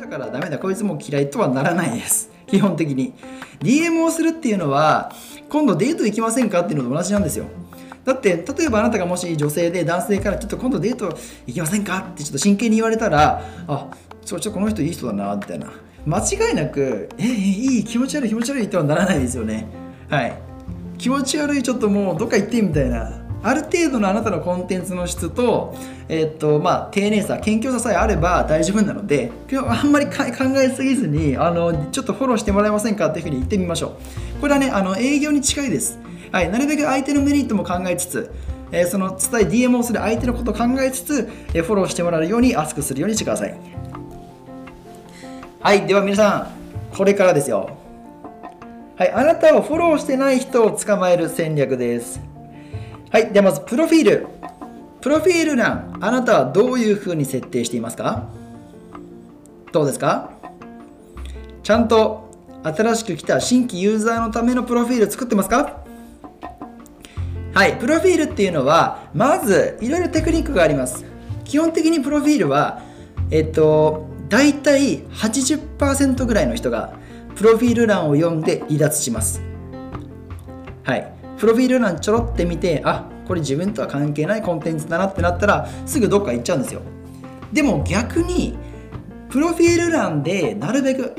だからダメだこいつもう嫌いとはならないです。基本的に DM をするっていうのは今度デート行きませんかっていうのと同じなんですよ。だって例えばあなたがもし女性で男性からちょっと今度デート行きませんかってちょっと真剣に言われたら、あ、ちょっとこの人いい人だなみたいな、間違いなくいい気持ち悪いとはならないですよね。はい、気持ち悪い、ちょっともうどっか行ってみたいな、ある程度のあなたのコンテンツの質と、丁寧さ、謙虚ささえあれば大丈夫なので、あんまり考えすぎずにちょっとフォローしてもらえませんかっていうふうに言ってみましょう。これはね営業に近いです。はい、なるべく相手のメリットも考えつつ、そのDM をする相手のことを考えつつ、フォローしてもらえるようにアスクするようにしてください。はい、では皆さんこれからですよ。はい、あなたをフォローしてない人を捕まえる戦略です。はい、ではまずプロフィール欄、あなたはどういうふうに設定していますか？どうですか？ちゃんと新しく来た新規ユーザーのためのプロフィール作ってますか？はい、プロフィールっていうのはまずいろいろテクニックがあります。基本的にプロフィールはだいたい 80% ぐらいの人がプロフィール欄を読んで離脱します。はい、プロフィール欄ちょろって見て、あ、これ自分とは関係ないコンテンツだなってなったらすぐどっか行っちゃうんですよ。でも逆にプロフィール欄でなるべく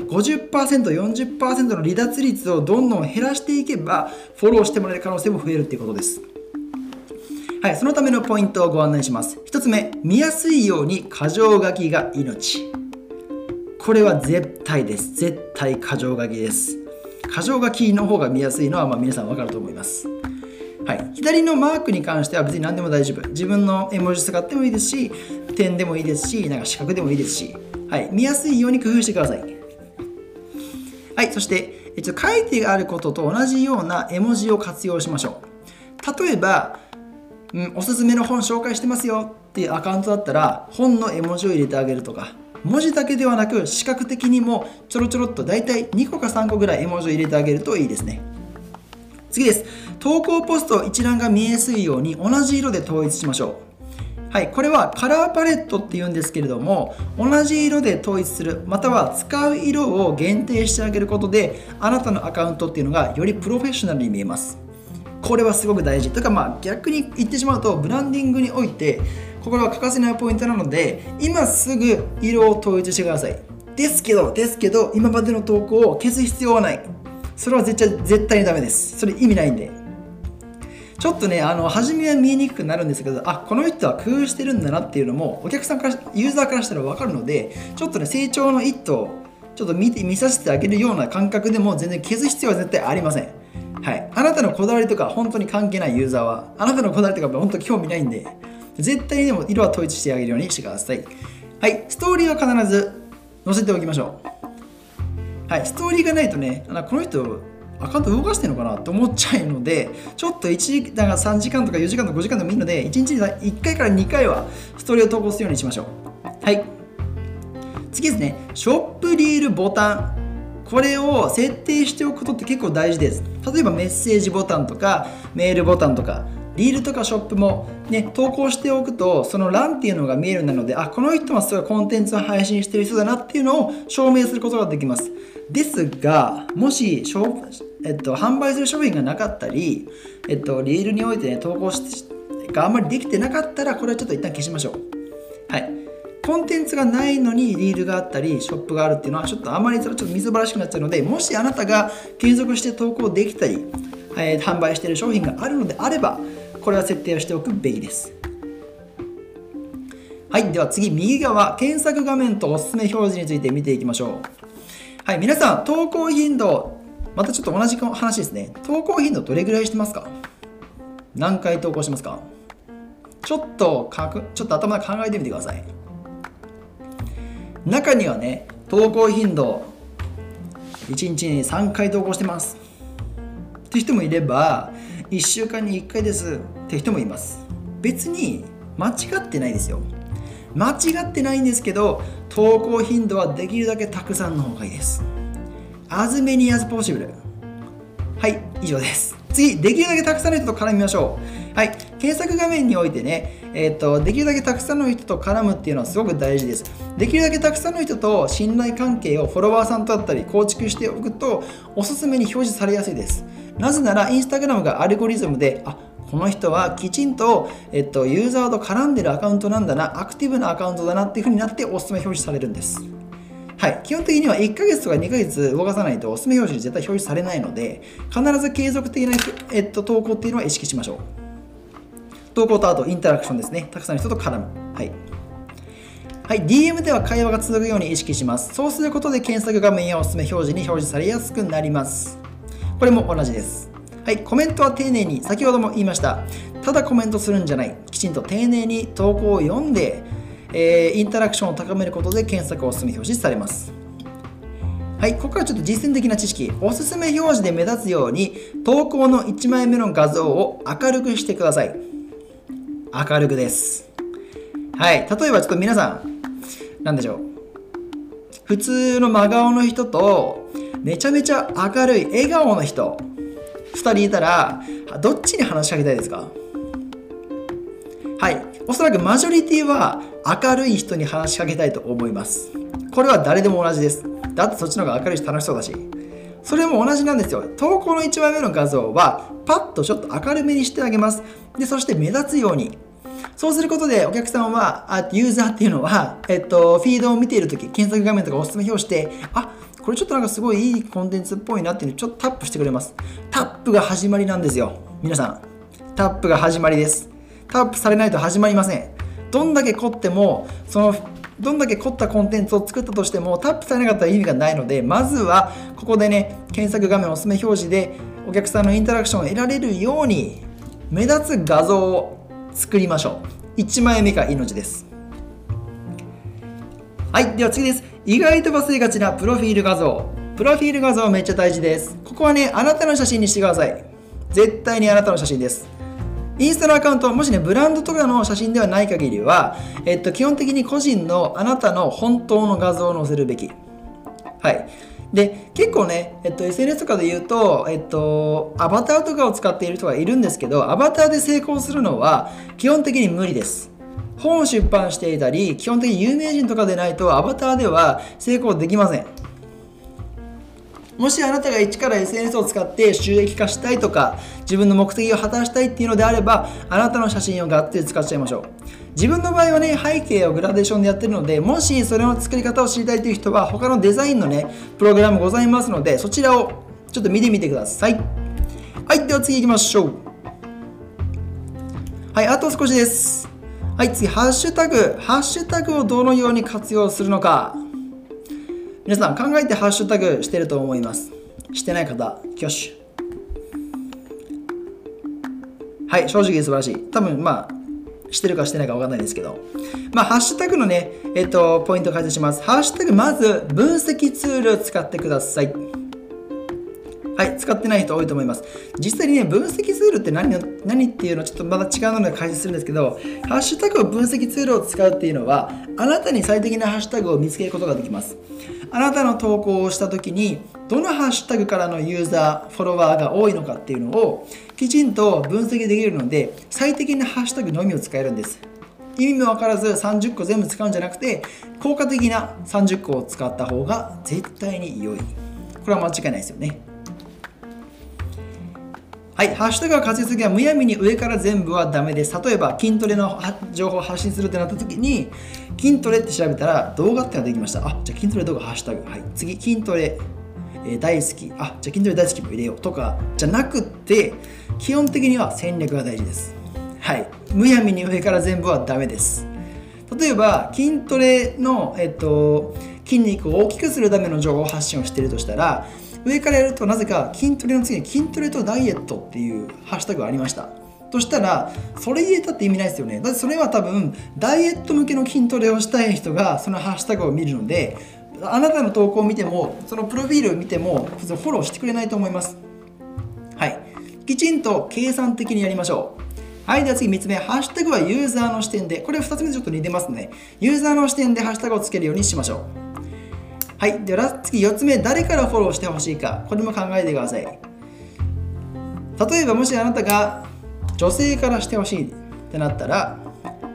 50%、40% の離脱率をどんどん減らしていけばフォローしてもらえる可能性も増えるっていうことです。はい、そのためのポイントをご案内します。1つ目、見やすいように箇条書きが命。これは絶対です。絶対箇条書きです。箇条書きの方が見やすいのは皆さん分かると思います。はい、左のマークに関しては別に何でも大丈夫。自分の絵文字使ってもいいですし、点でもいいですし、なんか四角でもいいですし、はい、見やすいように工夫してください。はい、そして書いてあることと同じような絵文字を活用しましょう。例えば、おすすめの本紹介してますよっていうアカウントだったら本の絵文字を入れてあげるとか、文字だけではなく視覚的にもちょろちょろっとだいたい2個か3個ぐらい絵文字を入れてあげるといいですね。次です。投稿ポスト一覧が見えやすいように同じ色で統一しましょう。はい、これはカラーパレットっていうんですけれども、同じ色で統一する、または使う色を限定してあげることであなたのアカウントっていうのがよりプロフェッショナルに見えます。これはすごく大事というか、逆に言ってしまうとブランディングにおいてこれは欠かせないポイントなので、今すぐ色を統一してください。ですけど今までの投稿を消す必要はない。それは絶対にダメです。それ意味ないんで。ちょっとね、初めは見えにくくなるんですけど、この人は工夫してるんだなっていうのもお客さんからユーザーからしたら分かるので、ちょっとね成長の一途をちょっと見させてあげるような感覚でも全然消す必要は絶対ありません。はい、あなたのこだわりとか本当に関係ないユーザーはあなたのこだわりとか本当に興味ないんで、絶対にでも色は統一してあげるようにしてください。はい、ストーリーを必ず載せておきましょう。はい、ストーリーがないとね、この人アカウント動かしてるのかなと思っちゃうので、ちょっとだから3時間とか4時間とか5時間でもいいので、1日に1回から2回はストーリーを投稿するようにしましょう。はい、次ですね、ショップリールボタン、これを設定しておくことって結構大事です。例えばメッセージボタンとかメールボタンとかリールとかショップもね、投稿しておくとその欄っていうのが見えるようになるので、この人はすごいコンテンツを配信してる人だなっていうのを証明することができます。ですが、もし販売する商品がなかったり、リールにおいて、ね、投稿があんまりできてなかったら、これはちょっと一旦消しましょう。はい、コンテンツがないのにリールがあったりショップがあるっていうのはちょっとあまりちょっとみすぼらしくなっちゃうので、もしあなたが継続して投稿できたり、販売している商品があるのであれば、これは設定をしておくべきです。はい、では次、右側、検索画面とおすすめ表示について見ていきましょう。はい、皆さん、投稿頻度、またちょっと同じ話ですね。投稿頻度どれぐらいしてますか？何回投稿してますか？ちょっと頭で考えてみてください。中にはね、投稿頻度1日に3回投稿してますって人もいれば、1週間に1回ですって人もいます。別に間違ってないですよ。間違ってないんですけど、投稿頻度はできるだけたくさんの方がいいです。as many as possible。 はい、以上です。次、できるだけたくさんの人と絡みましょう。はい、検索画面においてね、 できるだけたくさんの人と絡むっていうのはすごく大事です。できるだけたくさんの人と信頼関係をフォロワーさんとだったり構築しておくとおすすめに表示されやすいです。なぜならインスタグラムがアルゴリズムでこの人はきちんと、ユーザーと絡んでるアカウントなんだな、アクティブなアカウントだなっていう風になっておすすめ表示されるんです。はい、基本的には1ヶ月とか2ヶ月動かさないとおすすめ表示に絶対表示されないので、必ず継続的な、投稿っていうのは意識しましょう。投稿とあとインタラクションですね。たくさんの人と絡む。はい。はい、DM では会話が続くように意識します。そうすることで検索画面やおすすめ表示に表示されやすくなります。これも同じです。はい、コメントは丁寧に、先ほども言いました。ただコメントするんじゃない。きちんと丁寧に投稿を読んで、インタラクションを高めることで検索おすすめ表示されます。はい、ここからちょっと実践的な知識。おすすめ表示で目立つように、投稿の1枚目の画像を明るくしてください。明るくです。はい、例えばちょっと皆さん、なんでしょう。普通の真顔の人と、めちゃめちゃ明るい笑顔の人、2人いたら、どっちに話しかけたいですか？はい、おそらくマジョリティは明るい人に話しかけたいと思います。これは誰でも同じです。だってそっちの方が明るいし楽しそうだし。それも同じなんですよ。投稿の1枚目の画像はパッとちょっと明るめにしてあげます。で、そして目立つように。そうすることでお客さんは、ユーザーっていうのは、フィードを見ているとき、検索画面とかおすすめ表して、これちょっとなんかすごいいいコンテンツっぽいなっていうのをちょっとタップしてくれます。タップが始まりなんですよ。皆さん、タップが始まりです。タップされないと始まりません。どんだけ凝っても、どんだけ凝ったコンテンツを作ったとしても、タップされなかったら意味がないので、まずはここでね、検索画面おすすめ表示でお客さんのインタラクションを得られるように、目立つ画像を作りましょう。1枚目が命です。はい、では次です。意外と忘れがちなプロフィール画像。プロフィール画像めっちゃ大事です。ここはね、あなたの写真にしてください。絶対にあなたの写真です。インスタのアカウント、もしね、ブランドとかの写真ではない限りは、基本的に個人のあなたの本当の画像を載せるべき。はい。で、結構ね、SNS とかで言うと、アバターとかを使っている人がいるんですけど、アバターで成功するのは基本的に無理です。本を出版していたり、基本的に有名人とかでないとアバターでは成功できません。もしあなたが一から SNS を使って収益化したいとか、自分の目的を果たしたいっていうのであれば、あなたの写真をがっつり使っちゃいましょう。自分の場合はね、背景をグラデーションでやってるので、もしそれの作り方を知りたいという人は、他のデザインのね、プログラムございますので、そちらをちょっと見てみてください。はい、では次行きましょう。はい、あと少しです。はい、次、ハッシュタグ。ハッシュタグをどのように活用するのか。皆さん考えてハッシュタグしてると思います。してない方、挙手。はい、正直素晴らしい。多分してるかしてないか分かんないですけど、ハッシュタグのね、ポイントを解説します。ハッシュタグ、まず分析ツールを使ってください。はい、使ってない人多いと思います。実際にね、分析ツールって何っていうのをちょっとまだ違うので解説するんですけど、ハッシュタグを分析ツールを使うっていうのは、あなたに最適なハッシュタグを見つけることができます。あなたの投稿をしたときに、どのハッシュタグからのユーザー、フォロワーが多いのかっていうのをきちんと分析できるので、最適なハッシュタグのみを使えるんです。意味も分からず30個全部使うんじゃなくて、効果的な30個を使った方が絶対に良い。これは間違いないですよね。はい、ハッシュタグを活用するときはむやみに上から全部はダメです。例えば筋トレの情報を発信するってなったときに、筋トレって調べたら動画ってのができました。じゃあ筋トレ動画ハッシュタグ。はい、次、筋トレ、大好き。じゃあ筋トレ大好きも入れようとか、じゃなくって、基本的には戦略が大事です。はい、むやみに上から全部はダメです。例えば、筋トレの、筋肉を大きくするための情報発信をしているとしたら、上からやるとなぜか筋トレの次に筋トレとダイエットっていうハッシュタグがありました。としたらそれ入れたって意味ないですよね。だってそれは多分ダイエット向けの筋トレをしたい人がそのハッシュタグを見るので、あなたの投稿を見てもそのプロフィールを見てもフォローしてくれないと思います。はい、きちんと計算的にやりましょう。はい、では次3つ目、ハッシュタグはユーザーの視点で、これ2つ目でちょっと似てますね。ユーザーの視点でハッシュタグをつけるようにしましょう。はい、では次4つ目、誰からフォローしてほしいか、これも考えてください。例えばもしあなたが女性からしてほしいってなったら、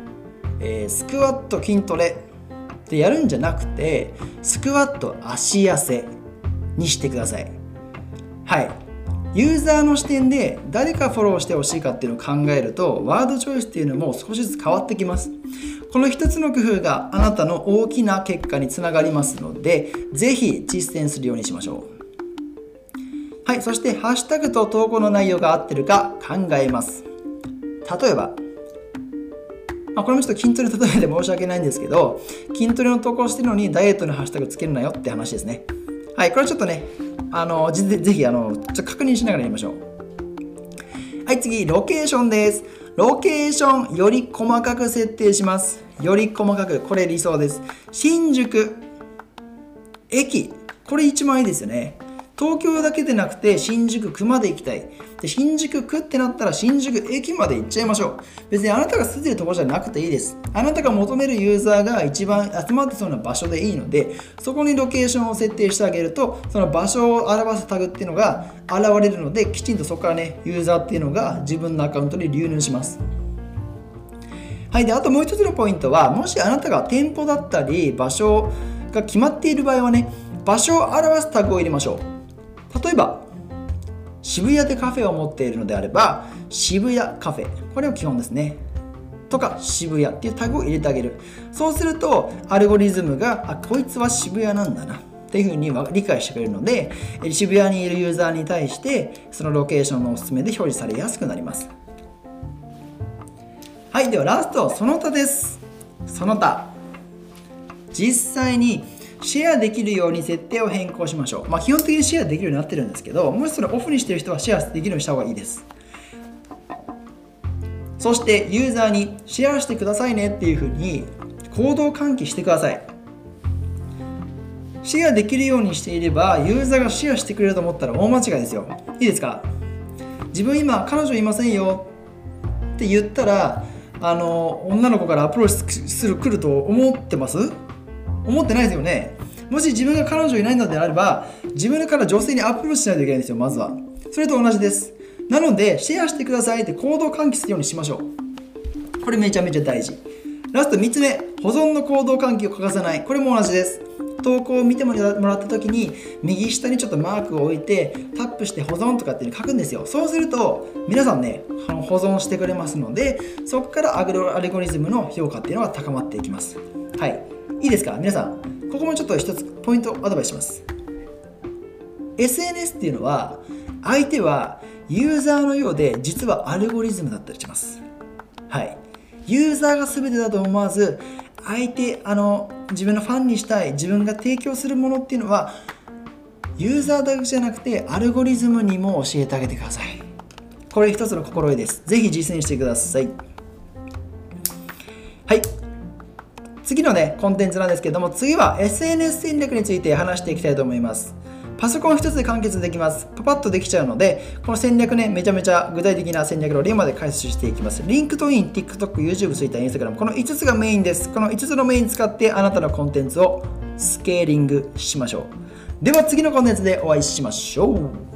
スクワット筋トレでやるんじゃなくて、スクワット足痩せにしてください。はい。ユーザーの視点で誰かフォローしてほしいかっていうのを考えると、ワードチョイスっていうのも少しずつ変わってきます。この一つの工夫があなたの大きな結果につながりますので、ぜひ実践するようにしましょう。はい。そしてハッシュタグと投稿の内容が合ってるか考えます。例えば、これもちょっと筋トレの例えで申し訳ないんですけど、筋トレの投稿してるのにダイエットのハッシュタグつけるなよって話ですね。はい。これちょっとね、ぜひちょっと確認しながらやりましょう。はい、次、ロケーションです。ロケーション、より細かく設定します。より細かく、これ理想です。新宿、駅、これ一番いいですよね。東京だけでなくて新宿区まで行きたい。で、新宿区ってなったら新宿駅まで行っちゃいましょう。別にあなたが住んでるところじゃなくていいです。あなたが求めるユーザーが一番集まってそうな場所でいいので、そこにロケーションを設定してあげると、その場所を表すタグっていうのが現れるので、きちんとそこからね、ユーザーっていうのが自分のアカウントに流入します。はい。で、あともう一つのポイントは、もしあなたが店舗だったり場所が決まっている場合はね、場所を表すタグを入れましょう。例えば渋谷でカフェを持っているのであれば、渋谷カフェ、これを基本ですね、とか渋谷っていうタグを入れてあげる。そうするとアルゴリズムがこいつは渋谷なんだなっていうふうに理解してくれるので、渋谷にいるユーザーに対してそのロケーションのおすすめで表示されやすくなります。はい。ではラスト、その他です。その他、実際にシェアできるように設定を変更しましょう。基本的にシェアできるようになってるんですけど、もしそれオフにしている人はシェアできるようにした方がいいです。そしてユーザーにシェアしてくださいねっていうふうに行動喚起してください。シェアできるようにしていればユーザーがシェアしてくれると思ったら大間違いですよ。いいですか？自分今彼女いませんよって言ったら、女の子からアプローチ来ると思ってます？思ってないですよね。もし自分が彼女いないのであれば、自分から女性にアプローチしないといけないんですよ。まずはそれと同じです。なのでシェアしてくださいって行動喚起するようにしましょう。これめちゃめちゃ大事。ラスト3つ目、保存の行動喚起を欠かさない。これも同じです。投稿を見てもらった時に右下にちょっとマークを置いてタップして保存とかっていうのを書くんですよ。そうすると皆さんね、保存してくれますので、そこからアルゴリズムの評価っていうのが高まっていきます。はい、いいですか皆さん。ここもちょっと一つポイントをアドバイスします。 SNS っていうのは相手はユーザーのようで実はアルゴリズムだったりします。はい、ユーザーが全てだと思わず、相手自分のファンにしたい、自分が提供するものっていうのはユーザーだけじゃなくてアルゴリズムにも教えてあげてください。これ一つの心得です。ぜひ実践してください。はい、次のねコンテンツなんですけども、次は SNS 戦略について話していきたいと思います。パソコン一つで完結できます。パパッとできちゃうので、この戦略ね、めちゃめちゃ具体的な戦略の例まで解説していきます。LinkedIn、TikTok、YouTube、Twitter、Instagram、この5つがメインです。この5つのメイン使ってあなたのコンテンツをスケーリングしましょう。では次のコンテンツでお会いしましょう。